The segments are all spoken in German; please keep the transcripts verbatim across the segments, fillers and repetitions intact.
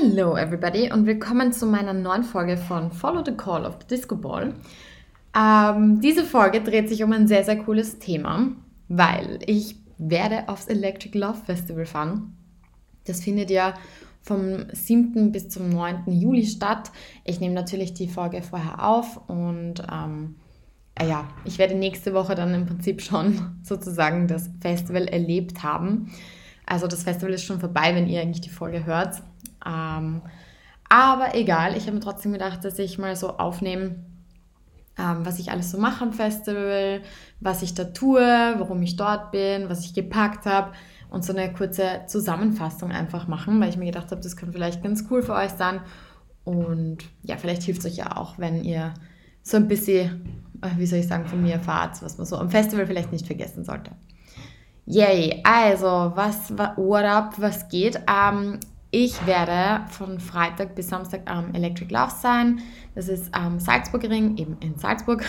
Hello everybody und willkommen zu meiner neuen Folge von Follow the Call of the Disco Ball. Ähm, diese Folge dreht sich um ein sehr, sehr cooles Thema, weil ich werde aufs Electric Love Festival fahren. Das findet ja vom siebten bis zum neunten Juli statt. Ich nehme natürlich die Folge vorher auf und ähm, äh ja, ich werde nächste Woche dann im Prinzip schon sozusagen das Festival erlebt haben. Also das Festival ist schon vorbei, wenn ihr eigentlich die Folge hört. Ähm, aber egal, ich habe mir trotzdem gedacht, dass ich mal so aufnehme, ähm, was ich alles so mache am Festival, was ich da tue, warum ich dort bin, was ich gepackt habe und so eine kurze Zusammenfassung einfach machen, weil ich mir gedacht habe, das könnte vielleicht ganz cool für euch sein und ja, vielleicht hilft es euch ja auch, wenn ihr so ein bisschen, wie soll ich sagen, von mir erfahrt, was man so am Festival vielleicht nicht vergessen sollte. Yay, also, was, what up, was geht? Ähm, ich werde von Freitag bis Samstag am Electric Love sein. Das ist am Salzburgring, eben in Salzburg.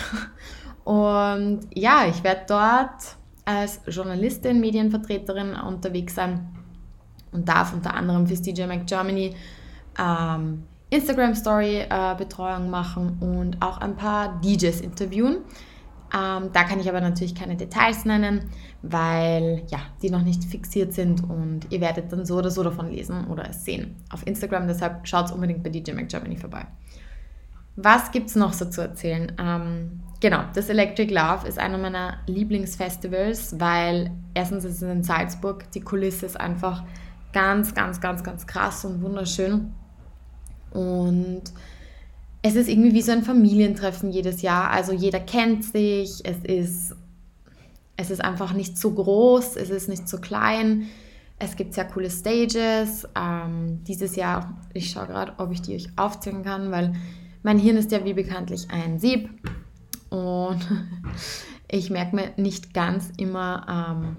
Und ja, ich werde dort als Journalistin, Medienvertreterin unterwegs sein und darf unter anderem fürs D J Mag Germany ähm, Instagram-Story-Betreuung äh, machen und auch ein paar D Js interviewen. Ähm, da kann ich aber natürlich keine Details nennen, weil ja, die noch nicht fixiert sind und ihr werdet dann so oder so davon lesen oder es sehen auf Instagram. Deshalb schaut unbedingt bei D J Mag Germany vorbei. Was gibt es noch so zu erzählen? Ähm, genau, das Electric Love ist einer meiner Lieblingsfestivals, weil erstens ist es in Salzburg, die Kulisse ist einfach ganz, ganz, ganz, ganz krass und wunderschön. Und es ist irgendwie wie so ein Familientreffen jedes Jahr. Also jeder kennt sich, es ist, es ist einfach nicht so groß, es ist nicht so klein. Es gibt sehr coole Stages. Ähm, dieses Jahr, ich schaue gerade, ob ich die euch aufzählen kann, weil mein Hirn ist ja wie bekanntlich ein Sieb. Und ich merke mir nicht ganz immer, ähm,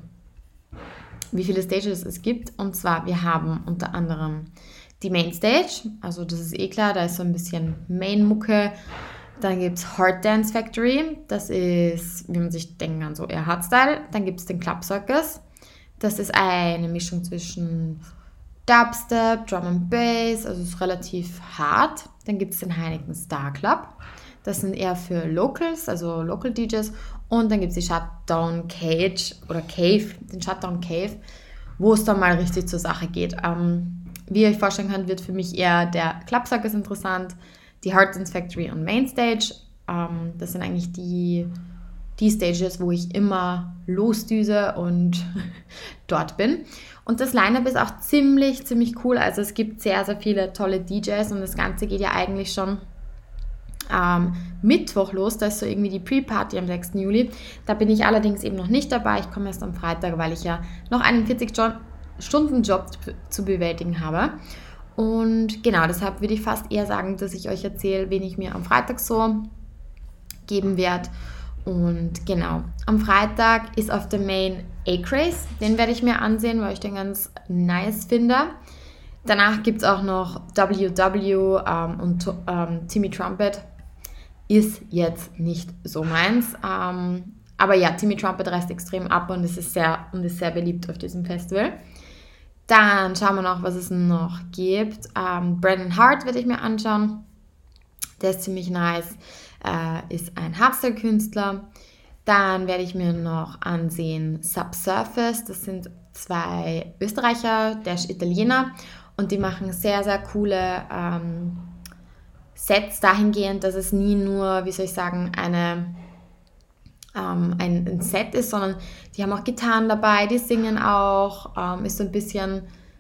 wie viele Stages es gibt. Und zwar, wir haben unter anderem die Mainstage, also das ist eh klar, da ist so ein bisschen Main-Mucke. Dann gibt es Heart Dance Factory, das ist, wie man sich denken kann, so eher Hardstyle. Dann gibt es den Club Circus, das ist eine Mischung zwischen Dubstep, Drum and Bass, also ist relativ hart. Dann gibt es den Heineken Star Club, das sind eher für Locals, also Local D Js. Und dann gibt es die Shutdown Cage oder Cave, den Shutdown Cave, wo es dann mal richtig zur Sache geht. Ähm, Wie ihr euch vorstellen könnt, wird für mich eher der Club Circus interessant, die Heart Dance Factory und Mainstage. Ähm, das sind eigentlich die, die Stages, wo ich immer losdüse und dort bin. Und das Line-Up ist auch ziemlich, ziemlich cool. Also es gibt sehr, sehr viele tolle D Js und das Ganze geht ja eigentlich schon ähm, Mittwoch los. Da ist so irgendwie die Pre-Party am sechsten Juli. Da bin ich allerdings eben noch nicht dabei. Ich komme erst am Freitag, weil ich ja noch einen vierzig Stunden Job zu bewältigen habe. Und genau, deshalb würde ich fast eher sagen, dass ich euch erzähle, wen ich mir am Freitag so geben werde. Und genau, am Freitag ist auf der Main A-Craze. Den werde ich mir ansehen, weil ich den ganz nice finde. Danach gibt es auch noch W W ähm, und ähm, Timmy Trumpet. Ist jetzt nicht so meins. Ähm, aber ja, Timmy Trumpet reißt extrem ab und es ist sehr, und ist sehr beliebt auf diesem Festival. Dann schauen wir noch, was es noch gibt. Ähm, Brandon Hart werde ich mir anschauen. Der ist ziemlich nice. Äh, ist ein Hardstyle-Künstler. Dann werde ich mir noch ansehen Subsurface. Das sind zwei Österreicher, der ist Italiener. Und die machen sehr, sehr coole ähm, Sets dahingehend, dass es nie nur, wie soll ich sagen, eine... Ähm, ein, ein Set ist, sondern die haben auch Gitarren dabei, die singen auch, ähm, ist so ein bisschen,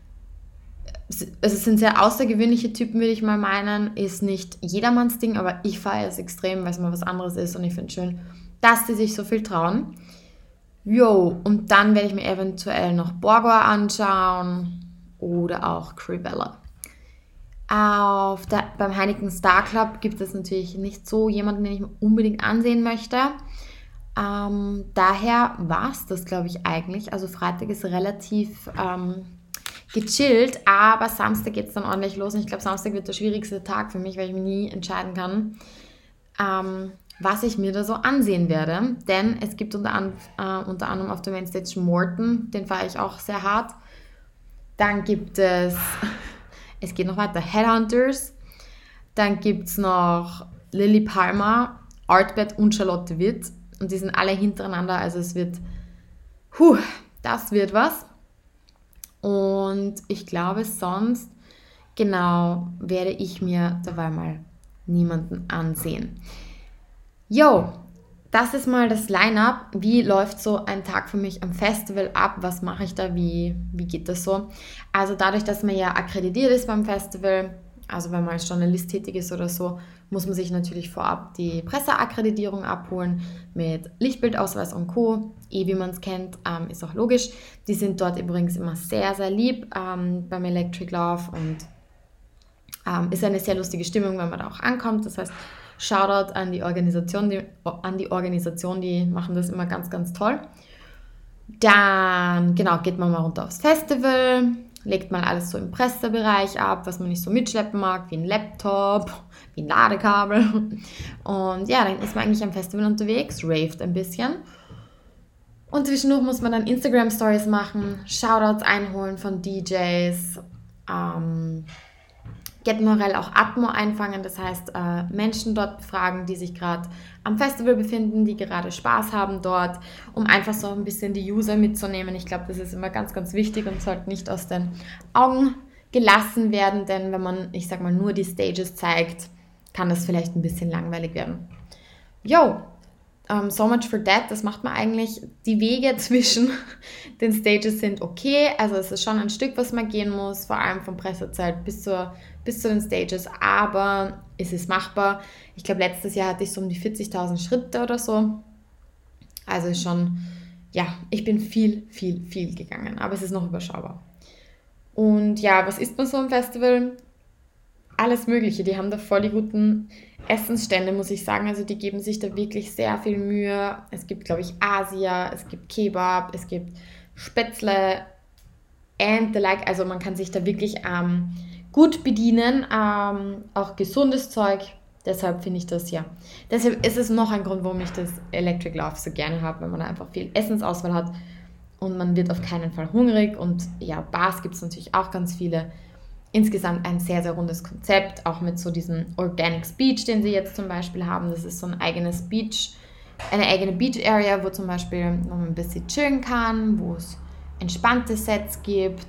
also es sind sehr außergewöhnliche Typen, würde ich mal meinen, ist nicht jedermanns Ding, aber ich feiere es extrem, weil es mal was anderes ist und ich finde es schön, dass die sich so viel trauen. Jo, und dann werde ich mir eventuell noch Borgor anschauen oder auch Cribella. Auf der, beim Heineken Star Club gibt es natürlich nicht so jemanden, den ich mir unbedingt ansehen möchte. Ähm, daher war es das, glaube ich, eigentlich. Also Freitag ist relativ ähm, gechillt, aber Samstag geht es dann ordentlich los. Und ich glaube, Samstag wird der schwierigste Tag für mich, weil ich mir nie entscheiden kann, ähm, was ich mir da so ansehen werde. Denn es gibt unter, an, äh, unter anderem auf der Mainstage Morten, den fahre ich auch sehr hart. Dann gibt es es geht noch weiter, Headhunters, dann gibt es noch Lily Palmer, Artbed und Charlotte Witt und die sind alle hintereinander, also es wird, huh, das wird was. Und ich glaube sonst, genau, werde ich mir dabei mal niemanden ansehen. Jo, das ist mal das Line-Up. Wie läuft so ein Tag für mich am Festival ab? Was mache ich da? Wie, wie geht das so? Also dadurch, dass man ja akkreditiert ist beim Festival, also wenn man als Journalist tätig ist oder so, muss man sich natürlich vorab die Presseakkreditierung abholen mit Lichtbildausweis und Co. Eh, wie man es kennt, ähm, ist auch logisch. Die sind dort übrigens immer sehr, sehr lieb ähm, beim Electric Love und ähm, ist eine sehr lustige Stimmung, wenn man da auch ankommt. Das heißt, Shoutout an die Organisation, die, an die Organisation, die machen das immer ganz, ganz toll. Dann, genau, geht man mal runter aufs Festival, legt mal alles so im Pressebereich ab, was man nicht so mitschleppen mag, wie ein Laptop, wie ein Ladekabel. Und ja, dann ist man eigentlich am Festival unterwegs, raved ein bisschen. Und zwischendurch muss man dann Instagram-Stories machen, Shoutouts einholen von D Js, ähm, generell auch Atmo einfangen, das heißt äh, Menschen dort befragen, die sich gerade am Festival befinden, die gerade Spaß haben dort, um einfach so ein bisschen die User mitzunehmen. Ich glaube, das ist immer ganz, ganz wichtig und sollte nicht aus den Augen gelassen werden, denn wenn man, ich sag mal, nur die Stages zeigt, kann das vielleicht ein bisschen langweilig werden. Yo, um, so much for that, das macht man eigentlich. Die Wege zwischen den Stages sind okay, also es ist schon ein Stück, was man gehen muss, vor allem von Pressezeit bis zur bis zu den Stages, aber es ist machbar. Ich glaube, letztes Jahr hatte ich so um die vierzigtausend Schritte oder so. Also schon, ja, ich bin viel, viel, viel gegangen, aber es ist noch überschaubar. Und ja, was isst man so im Festival? Alles Mögliche. Die haben da voll die guten Essensstände, muss ich sagen. Also die geben sich da wirklich sehr viel Mühe. Es gibt, glaube ich, Asia, es gibt Kebab, es gibt Spätzle and the like. Also man kann sich da wirklich ähm, gut bedienen, ähm, auch gesundes Zeug, deshalb finde ich das, ja. Deshalb ist es noch ein Grund, warum ich das Electric Love so gerne habe, weil man da einfach viel Essensauswahl hat und man wird auf keinen Fall hungrig und ja, Bars gibt es natürlich auch ganz viele. Insgesamt ein sehr, sehr rundes Konzept, auch mit so diesem Organic Beach, den sie jetzt zum Beispiel haben. Das ist so ein eigenes Beach, eine eigene Beach Area, wo zum Beispiel wo man ein bisschen chillen kann, wo es entspannte Sets gibt.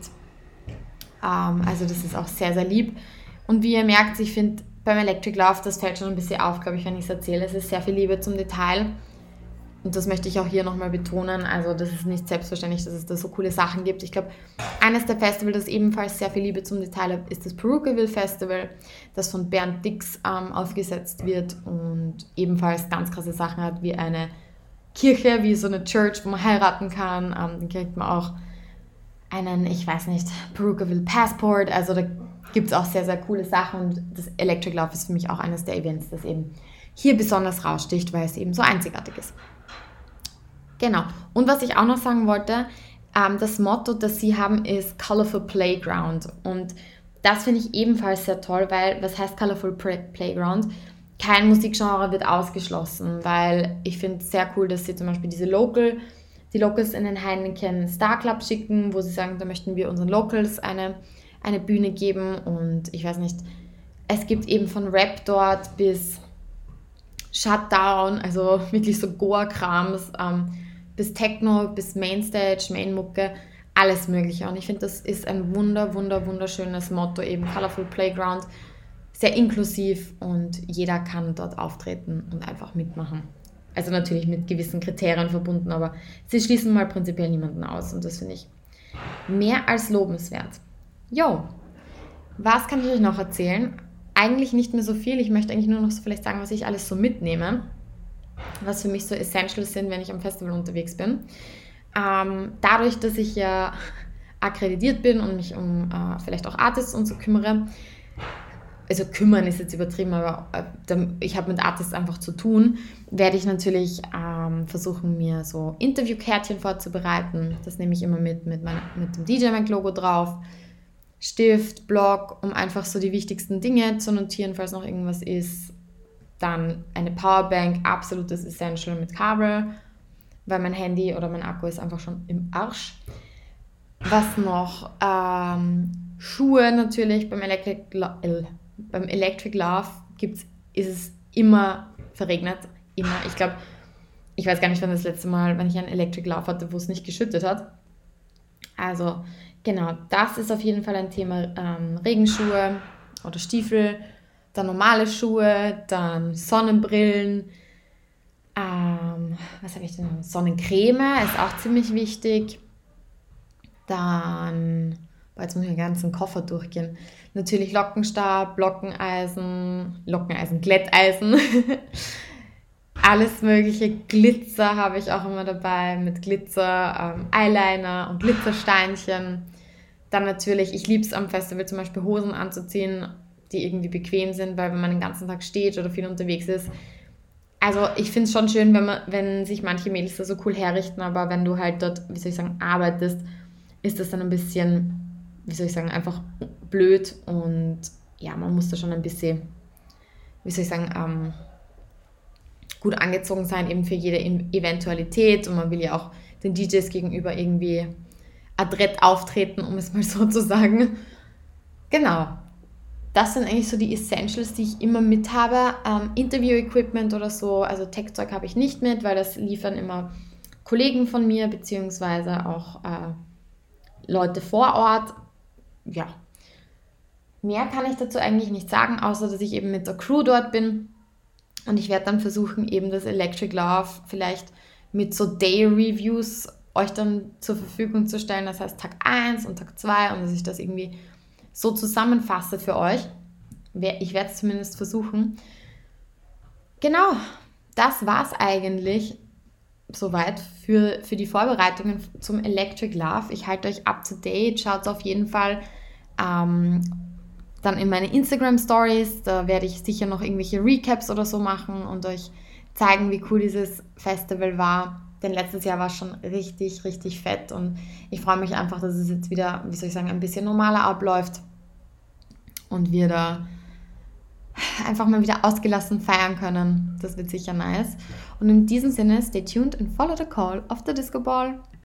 Also das ist auch sehr, sehr lieb. Und wie ihr merkt, ich finde beim Electric Love, das fällt schon ein bisschen auf, glaube ich, wenn ich es erzähle. Es ist sehr viel Liebe zum Detail. Und das möchte ich auch hier nochmal betonen. Also das ist nicht selbstverständlich, dass es da so coole Sachen gibt. Ich glaube, eines der Festivals, das ebenfalls sehr viel Liebe zum Detail hat, ist das Perukaville Festival, das von Bernd Dix ähm, aufgesetzt wird und ebenfalls ganz krasse Sachen hat, wie eine Kirche, wie so eine Church, wo man heiraten kann. Ähm, dann kriegt man auch einen, ich weiß nicht, Perukaville Passport, also da gibt es auch sehr, sehr coole Sachen und das Electric Love ist für mich auch eines der Events, das eben hier besonders raussticht, weil es eben so einzigartig ist. Genau, und was ich auch noch sagen wollte, ähm, das Motto, das sie haben, ist Colorful Playground und das finde ich ebenfalls sehr toll, weil, was heißt Colorful Playground? Kein Musikgenre wird ausgeschlossen, weil ich finde es sehr cool, dass sie zum Beispiel diese Local die Locals in den Heineken Star Club schicken, wo sie sagen, da möchten wir unseren Locals eine, eine Bühne geben und ich weiß nicht, es gibt eben von Rap dort bis Shutdown, also wirklich so Goa-Krams, ähm, bis Techno, bis Mainstage, Mainmucke, alles mögliche und ich finde, das ist ein wunder, wunder, wunderschönes Motto, eben Colorful Playground, sehr inklusiv und jeder kann dort auftreten und einfach mitmachen. Also natürlich mit gewissen Kriterien verbunden, aber sie schließen mal prinzipiell niemanden aus und das finde ich mehr als lobenswert. Jo, was kann ich euch noch erzählen? Eigentlich nicht mehr so viel. Ich möchte eigentlich nur noch so vielleicht sagen, was ich alles so mitnehme, was für mich so Essentials sind, wenn ich am Festival unterwegs bin. Ähm, dadurch, dass ich ja akkreditiert bin und mich um äh, vielleicht auch Artists und so kümmere, also kümmern ist jetzt übertrieben, aber äh, ich habe mit Artists einfach zu tun, werde ich natürlich ähm, versuchen, mir so Interviewkärtchen vorzubereiten. Das nehme ich immer mit, mit, meiner, mit dem D J Mac-Logo drauf. Stift, Block, um einfach so die wichtigsten Dinge zu notieren, falls noch irgendwas ist. Dann eine Powerbank, absolutes Essential mit Kabel, weil mein Handy oder mein Akku ist einfach schon im Arsch. Was noch? Ähm, Schuhe natürlich, beim Electric, Lo- beim Electric Love gibt's, ist es immer verregnet. Immer. Ich glaube, ich weiß gar nicht, wann das letzte Mal, wenn ich einen Electric Love hatte, wo es nicht geschüttet hat. Also genau, das ist auf jeden Fall ein Thema. Ähm, Regenschuhe oder Stiefel, dann normale Schuhe, dann Sonnenbrillen. Ähm, was habe ich denn noch? Sonnencreme ist auch ziemlich wichtig. Dann, boah, jetzt muss ich den ganzen Koffer durchgehen. Natürlich Lockenstab, Lockeneisen, Lockeneisen, Glätteisen. Alles mögliche. Glitzer habe ich auch immer dabei, mit Glitzer, ähm, Eyeliner und Glitzersteinchen. Dann natürlich, ich liebe es am Festival zum Beispiel Hosen anzuziehen, die irgendwie bequem sind, weil wenn man den ganzen Tag steht oder viel unterwegs ist. Also ich finde es schon schön, wenn, man, wenn sich manche Mädels da so cool herrichten, aber wenn du halt dort, wie soll ich sagen, arbeitest, ist das dann ein bisschen, wie soll ich sagen, einfach blöd und ja, man muss da schon ein bisschen, wie soll ich sagen, ähm, gut angezogen sein, eben für jede Eventualität und man will ja auch den D Js gegenüber irgendwie adrett auftreten, um es mal so zu sagen. Genau. Das sind eigentlich so die Essentials, die ich immer mit habe. Ähm, Interview-Equipment oder so, also Textzeug habe ich nicht mit, weil das liefern immer Kollegen von mir, beziehungsweise auch äh, Leute vor Ort. Ja, mehr kann ich dazu eigentlich nicht sagen, außer dass ich eben mit der Crew dort bin. Und ich werde dann versuchen, eben das Electric Love vielleicht mit so Day-Reviews euch dann zur Verfügung zu stellen. Das heißt Tag eins und Tag zwei und dass ich das irgendwie so zusammenfasse für euch. Ich werde es zumindest versuchen. Genau, das war es eigentlich soweit für, für die Vorbereitungen zum Electric Love. Ich halte euch up to date. Schaut auf jeden Fall ähm, dann in meine Instagram-Stories. Da werde ich sicher noch irgendwelche Recaps oder so machen und euch zeigen, wie cool dieses Festival war. Denn letztes Jahr war es schon richtig, richtig fett und ich freue mich einfach, dass es jetzt wieder, wie soll ich sagen, ein bisschen normaler abläuft und wir da einfach mal wieder ausgelassen feiern können. Das wird sicher nice. Und in diesem Sinne, stay tuned and follow the call of the Disco Ball.